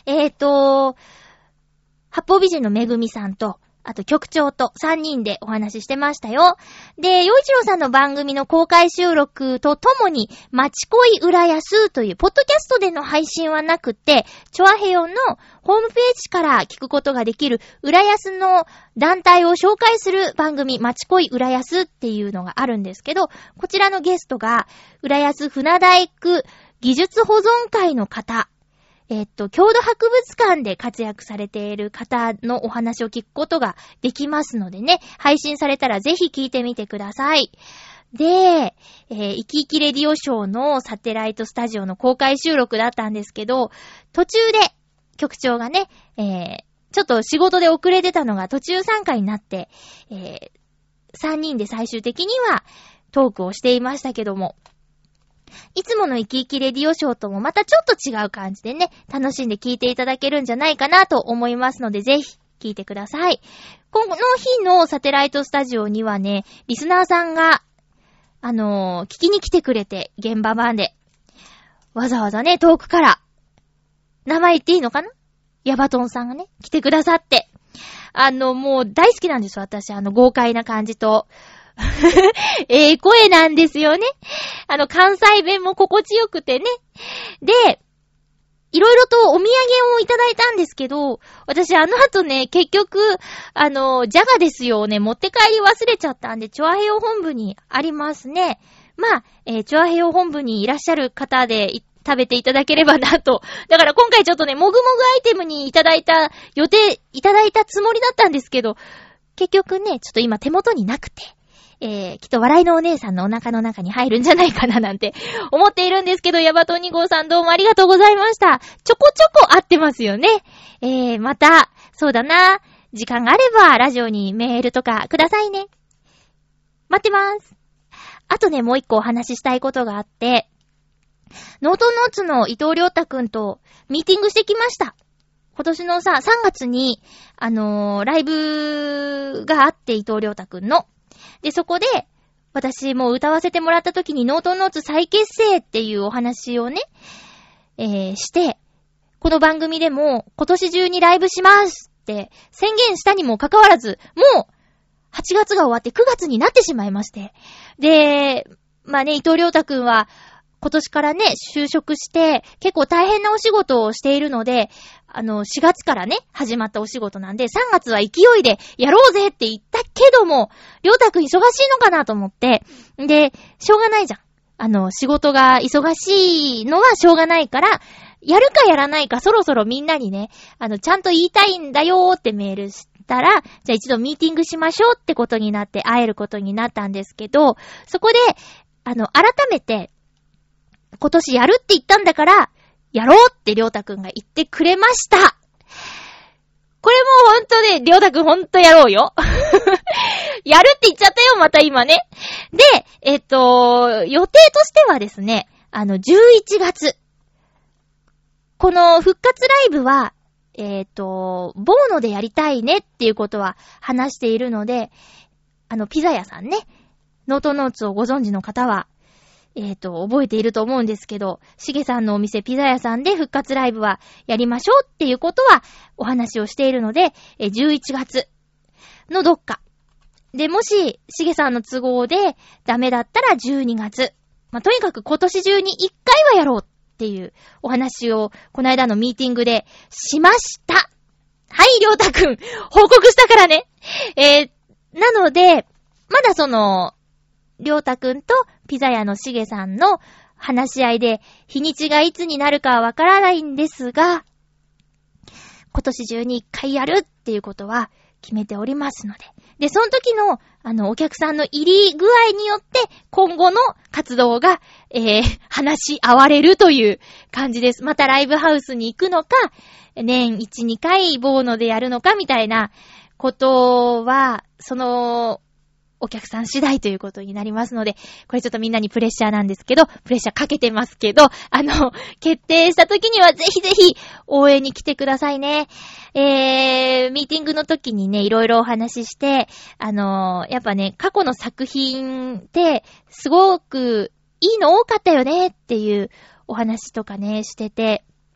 えーと、八方美人のめぐみさんと、あと局長とさんにんでお話ししてましたよ。で、洋一郎さんの番組の公開収録とともに、まちこい浦安というポッドキャストでの配信はなくて、チョアヘヨのホームページから聞くことができる浦安の団体を紹介する番組、まちこい浦安っていうのがあるんですけど、こちらのゲストが浦安船大区技術保存会の方、えっと、郷土博物館で活躍されている方のお話を聞くことができますのでね、配信されたらぜひ聞いてみてください。で、えー、生き生きレディオショーのサテライトスタジオの公開収録だったんですけど、途中で局長がね、えー、ちょっと仕事で遅れてたのが途中参加になって、えー、さんにんで最終的にはトークをしていましたけども、いつもの生き生きレディオショーともまたちょっと違う感じでね、楽しんで聞いていただけるんじゃないかなと思いますので、ぜひ聞いてください。この日のサテライトスタジオにはね、リスナーさんが、あのー、聞きに来てくれて、現場版で。わざわざね、遠くから、名前言っていいのかな？ヤバトンさんがね、来てくださって。あの、もう大好きなんですよ、私。あの、豪快な感じと。ええ声なんですよね。あの、関西弁も心地よくてね。で、いろいろとお土産をいただいたんですけど、私あの後ね、結局、あの、ジャガですよね、持って帰り忘れちゃったんで、チョアヘヨ本部にありますね。まあ、えー、チョアヘヨ本部にいらっしゃる方で、食べていただければなと。だから今回ちょっとね、もぐもぐアイテムにいただいた、予定いただいたつもりだったんですけど、結局ね、ちょっと今手元になくて、えー、きっと笑いのお姉さんのお腹の中に入るんじゃないかななんて思っているんですけど、ヤバトに号さんどうもありがとうございました。ちょこちょこ合ってますよね。えー、また、そうだな、時間があればラジオにメールとかくださいね。待ってます。あとね、もう一個お話ししたいことがあって、ノートノーツの伊藤亮太くんとミーティングしてきました。今年のさ、さんがつに、あのー、ライブがあって、伊藤亮太くんの。で、そこで、私も歌わせてもらった時にノートノーツ再結成っていうお話をね、えー、して、この番組でも今年中にライブしますって宣言したにもかかわらず、もうはちがつが終わってくがつになってしまいまして。で、まあね、伊藤亮太くんは今年からね、就職して結構大変なお仕事をしているので、あの、しがつからね、始まったお仕事なんで、さんがつは勢いでやろうぜって言ったけども、りょうたくん忙しいのかなと思って、で、しょうがないじゃん。あの、仕事が忙しいのはしょうがないから、やるかやらないかそろそろみんなにね、あの、ちゃんと言いたいんだよーってメールしたら、じゃあ一度ミーティングしましょうってことになって会えることになったんですけど、そこで、あの、改めて、今年やるって言ったんだから、やろうってりょうたくんが言ってくれました。これもほんとね、りょうたくんほんとやろうよ。やるって言っちゃったよ、また今ね。で、えっと、予定としてはですね、あの、じゅういちがつ。この復活ライブは、えっと、ボーノでやりたいねっていうことは話しているので、あの、ピザ屋さんね、ノートノーツをご存知の方は、えっと、覚えていると思うんですけど、しげさんのお店ピザ屋さんで復活ライブはやりましょうっていうことはお話をしているので、えじゅういちがつのどっか。で、もし、しげさんの都合でダメだったらじゅうにがつ。まあ、とにかく今年中にいっかいはやろうっていうお話をこの間のミーティングでしました。はい、りょうたくん、報告したからね。えー、なので、まだその、りょうたくんとピザ屋のしげさんの話し合いで日にちがいつになるかはわからないんですが、今年中にいっかいやるっていうことは決めておりますので。で、その時のあのお客さんの入り具合によって今後の活動が、えー、話し合われるという感じです。またライブハウスに行くのか、年いち、にかいボーノでやるのかみたいなことは、その、お客さん次第ということになりますので、これちょっとみんなにプレッシャーなんですけど、プレッシャーかけてますけど、あの、決定した時にはぜひぜひ応援に来てくださいね。えー、ミーティングの時にね、いろいろお話しして、あの、やっぱね、過去の作品ってすごくいいの多かったよねっていうお話とかね、してて、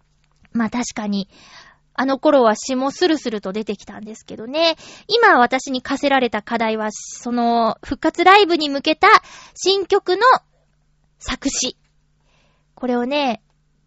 まあ確かに、あの頃は詩もスルスルと出てきたんですけどね。今私に課せられた課題は、その復活ライブに向けた新曲の作詞。これをね、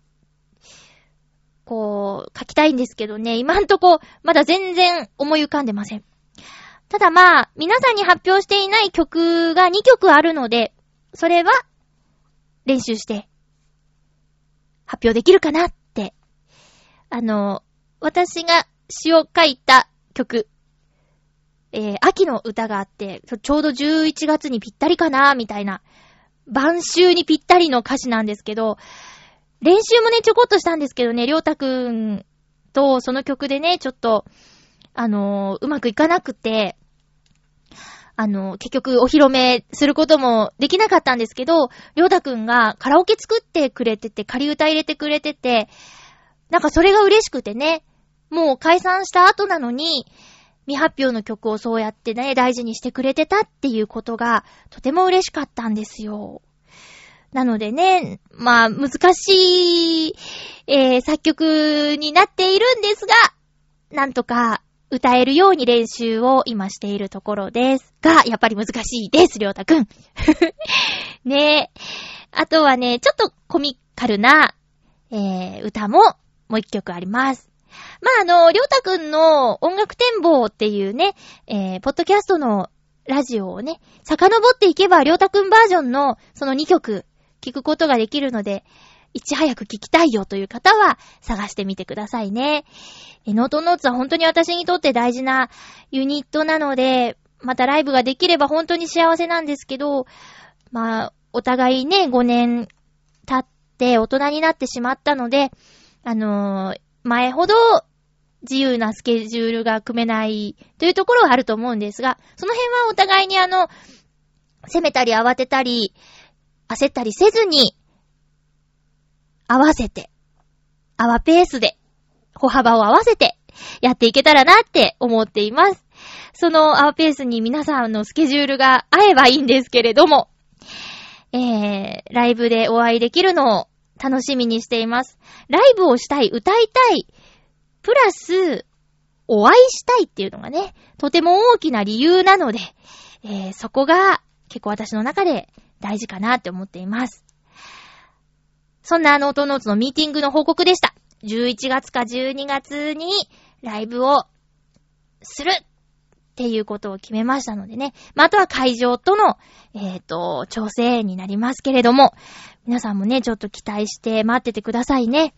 こう、書きたいんですけどね、今んとこまだ全然思い浮かんでません。ただまあ、皆さんに発表していない曲がにきょくあるので、それは練習して発表できるかなって。あの、私が詩を書いた曲、えー、秋の歌があって、ちょうどじゅういちがつにぴったりかなみたいな、晩秋にぴったりの歌詞なんですけど、練習もね、ちょこっとしたんですけどね、りょうたくんとその曲でね、ちょっと、あのー、うまくいかなくて、あのー、結局お披露目することもできなかったんですけど、りょうたくんがカラオケ作ってくれてて、仮歌入れてくれてて、なんかそれが嬉しくてね、もう解散した後なのに、未発表の曲をそうやってね、大事にしてくれてたっていうことが、とても嬉しかったんですよ。なのでね、まあ、難しい、えー、作曲になっているんですが、なんとか歌えるように練習を今しているところですが、やっぱり難しいです、りょうたくん。ねえ。あとはね、ちょっとコミカルな、えー、歌ももう一曲あります。まあ、あの、りょうたくんの音楽展望っていうね、えー、ポッドキャストのラジオをね、遡っていけばりょうたくんバージョンのそのにきょく聞くことができるので、いち早く聞きたいよという方は探してみてくださいね。えノートノーツは本当に私にとって大事なユニットなので、またライブができれば本当に幸せなんですけど、まあ、お互いね、ごねん経って大人になってしまったので、あのー、前ほど自由なスケジュールが組めないというところはあると思うんですが、その辺はお互いにあの、責めたり慌てたり、焦ったりせずに、合わせて、合わペースで、歩幅を合わせて、やっていけたらなって思っています。その合わペースに皆さんのスケジュールが合えばいいんですけれども、えー、ライブでお会いできるのを楽しみにしています。ライブをしたい、歌いたい、プラス、お会いしたいっていうのがね、とても大きな理由なので、えー、そこが結構私の中で大事かなって思っています。そんなノートノーツのミーティングの報告でした。じゅういちがつかじゅうにがつにライブをするっていうことを決めましたのでね。まあ、あとは会場との、えっと、調整になりますけれども、皆さんもね、ちょっと期待して待っててくださいね。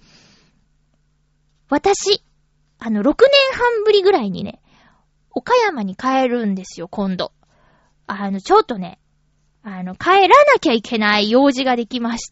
私、あの、ろくねんはんぶりぐらいにね、岡山に帰るんですよ、今度。あの、ちょっとね、あの、帰らなきゃいけない用事ができまして、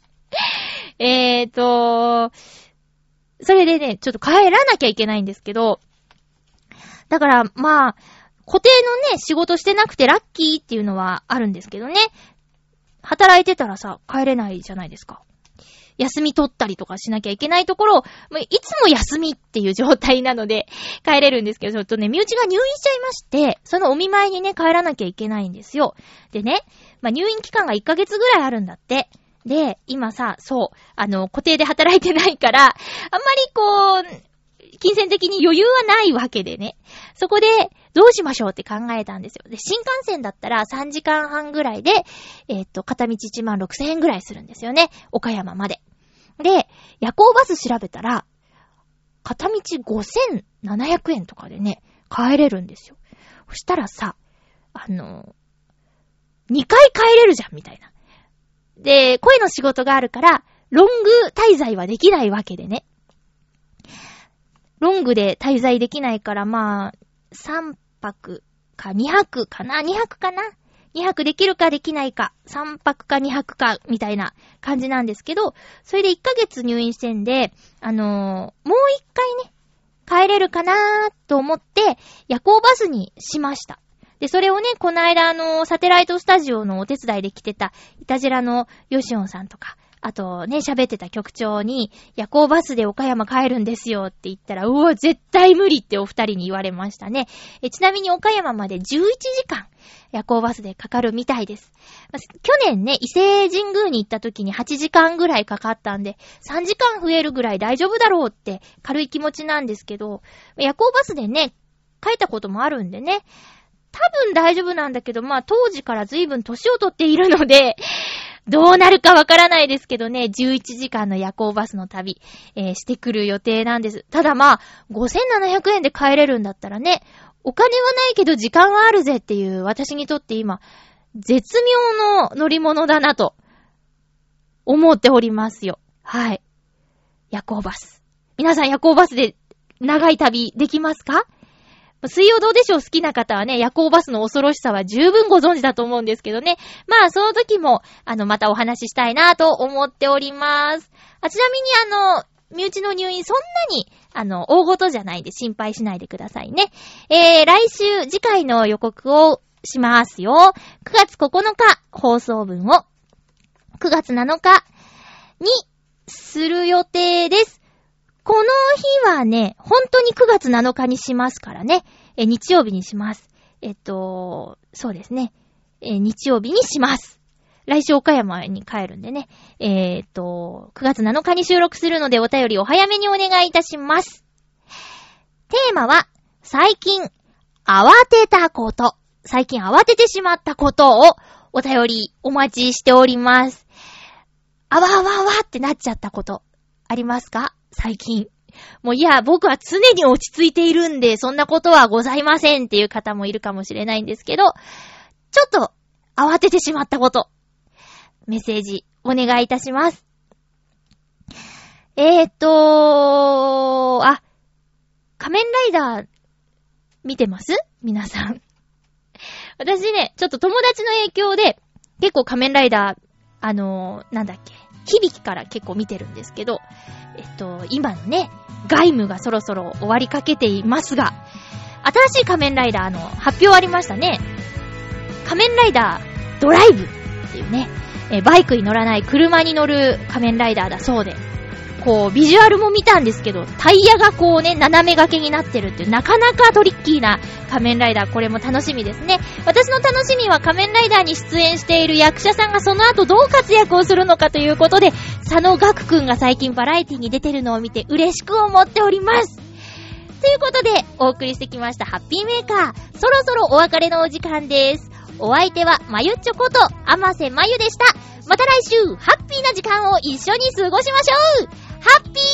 えーと、それでね、ちょっと帰らなきゃいけないんですけど、だから、まあ、固定のね、仕事してなくてラッキーっていうのはあるんですけどね、働いてたらさ、帰れないじゃないですか。休み取ったりとかしなきゃいけないところ、いつも休みっていう状態なので、帰れるんですけど、ちょっとね、身内が入院しちゃいまして、そのお見舞いにね、帰らなきゃいけないんですよ。でね、まあ入院期間がいっかげつぐらいあるんだって。で、今さ、そう、あの、固定で働いてないから、あんまりこう、金銭的に余裕はないわけでね。そこで、どうしましょうって考えたんですよ。で、新幹線だったらさんじかんはんぐらいで、えっと、片道いちまんろくせんえんぐらいするんですよね。岡山まで。で、夜行バス調べたら、片道ごせんななひゃくえんとかでね、帰れるんですよ。そしたらさ、あの、にかい帰れるじゃん、みたいな。で、声の仕事があるから、ロング滞在はできないわけでね。ロングで滞在できないから、まあ、さんぱくかにはくかな ?にはく かな ?に 泊できるかできないか、さんぱくかにはくか、みたいな感じなんですけど、それでいっかげつ入院してんで、あのー、もう一回ね、帰れるかなーと思って、夜行バスにしました。で、それをね、この間あの、サテライトスタジオのお手伝いで来てた、イタジラのヨシオンさんとか、あとね、喋ってた局長に、夜行バスで岡山帰るんですよって言ったら、うわ、絶対無理ってお二人に言われましたね。えちなみに岡山までじゅういちじかん、 夜行バスでかかるみたいです。去年ね、伊勢神宮に行った時にはちじかんぐらいかかったんで、さんじかん増えるぐらい大丈夫だろうって軽い気持ちなんですけど、夜行バスでね、帰ったこともあるんでね、多分大丈夫なんだけど、まあ当時から随分年を取っているので、どうなるかわからないですけどね、じゅういちじかんの夜行バスの旅、えー、してくる予定なんです。ただまあ、ごせんななひゃくえんで帰れるんだったらね、お金はないけど時間はあるぜっていう私にとって今、絶妙の乗り物だなと思っておりますよ。はい。夜行バス。皆さん夜行バスで長い旅できますか？水曜どうでしょう好きな方はね、夜行バスの恐ろしさは十分ご存知だと思うんですけどね。まあ、その時も、あの、またお話ししたいなと思っております。あ、ちなみにあの、身内の入院そんなに、あの、大事じゃないんで心配しないでくださいね。えー、来週、次回の予告をしますよ。くがつここのか、放送分を、くがつなのかにする予定です。この日はね、本当にくがつなのかにしますからね。え、日曜日にします。えっと、そうですね。え、日曜日にします。来週岡山に帰るんでね。えー、っと、くがつなのかに収録するのでお便りお早めにお願いいたします。テーマは、最近、慌てたこと。最近慌ててしまったことをお便りお待ちしております。あわあわあわってなっちゃったことありますか？最近。もういや、僕は常に落ち着いているんで、そんなことはございませんっていう方もいるかもしれないんですけど、ちょっと慌ててしまったこと。メッセージお願いいたします。えーっと、あ、仮面ライダー見てます？皆さん。私ね、ちょっと友達の影響で、結構仮面ライダー、あのー、なんだっけ、響きから結構見てるんですけど、えっと、今のね、外務がそろそろ終わりかけていますが、新しい仮面ライダーの発表ありましたね。仮面ライダードライブっていうね、えバイクに乗らない車に乗る仮面ライダーだそうで、こうビジュアルも見たんですけど、タイヤがこうね斜め掛けになってるっていうなかなかトリッキーな仮面ライダー、これも楽しみですね。私の楽しみは仮面ライダーに出演している役者さんがその後どう活躍をするのかということで、佐野岳くんが最近バラエティに出てるのを見て嬉しく思っております。ということでお送りしてきましたハッピーメーカー、そろそろお別れのお時間です。お相手はまゆっちょこと甘瀬まゆでした。また来週ハッピーな時間を一緒に過ごしましょう。ハッピー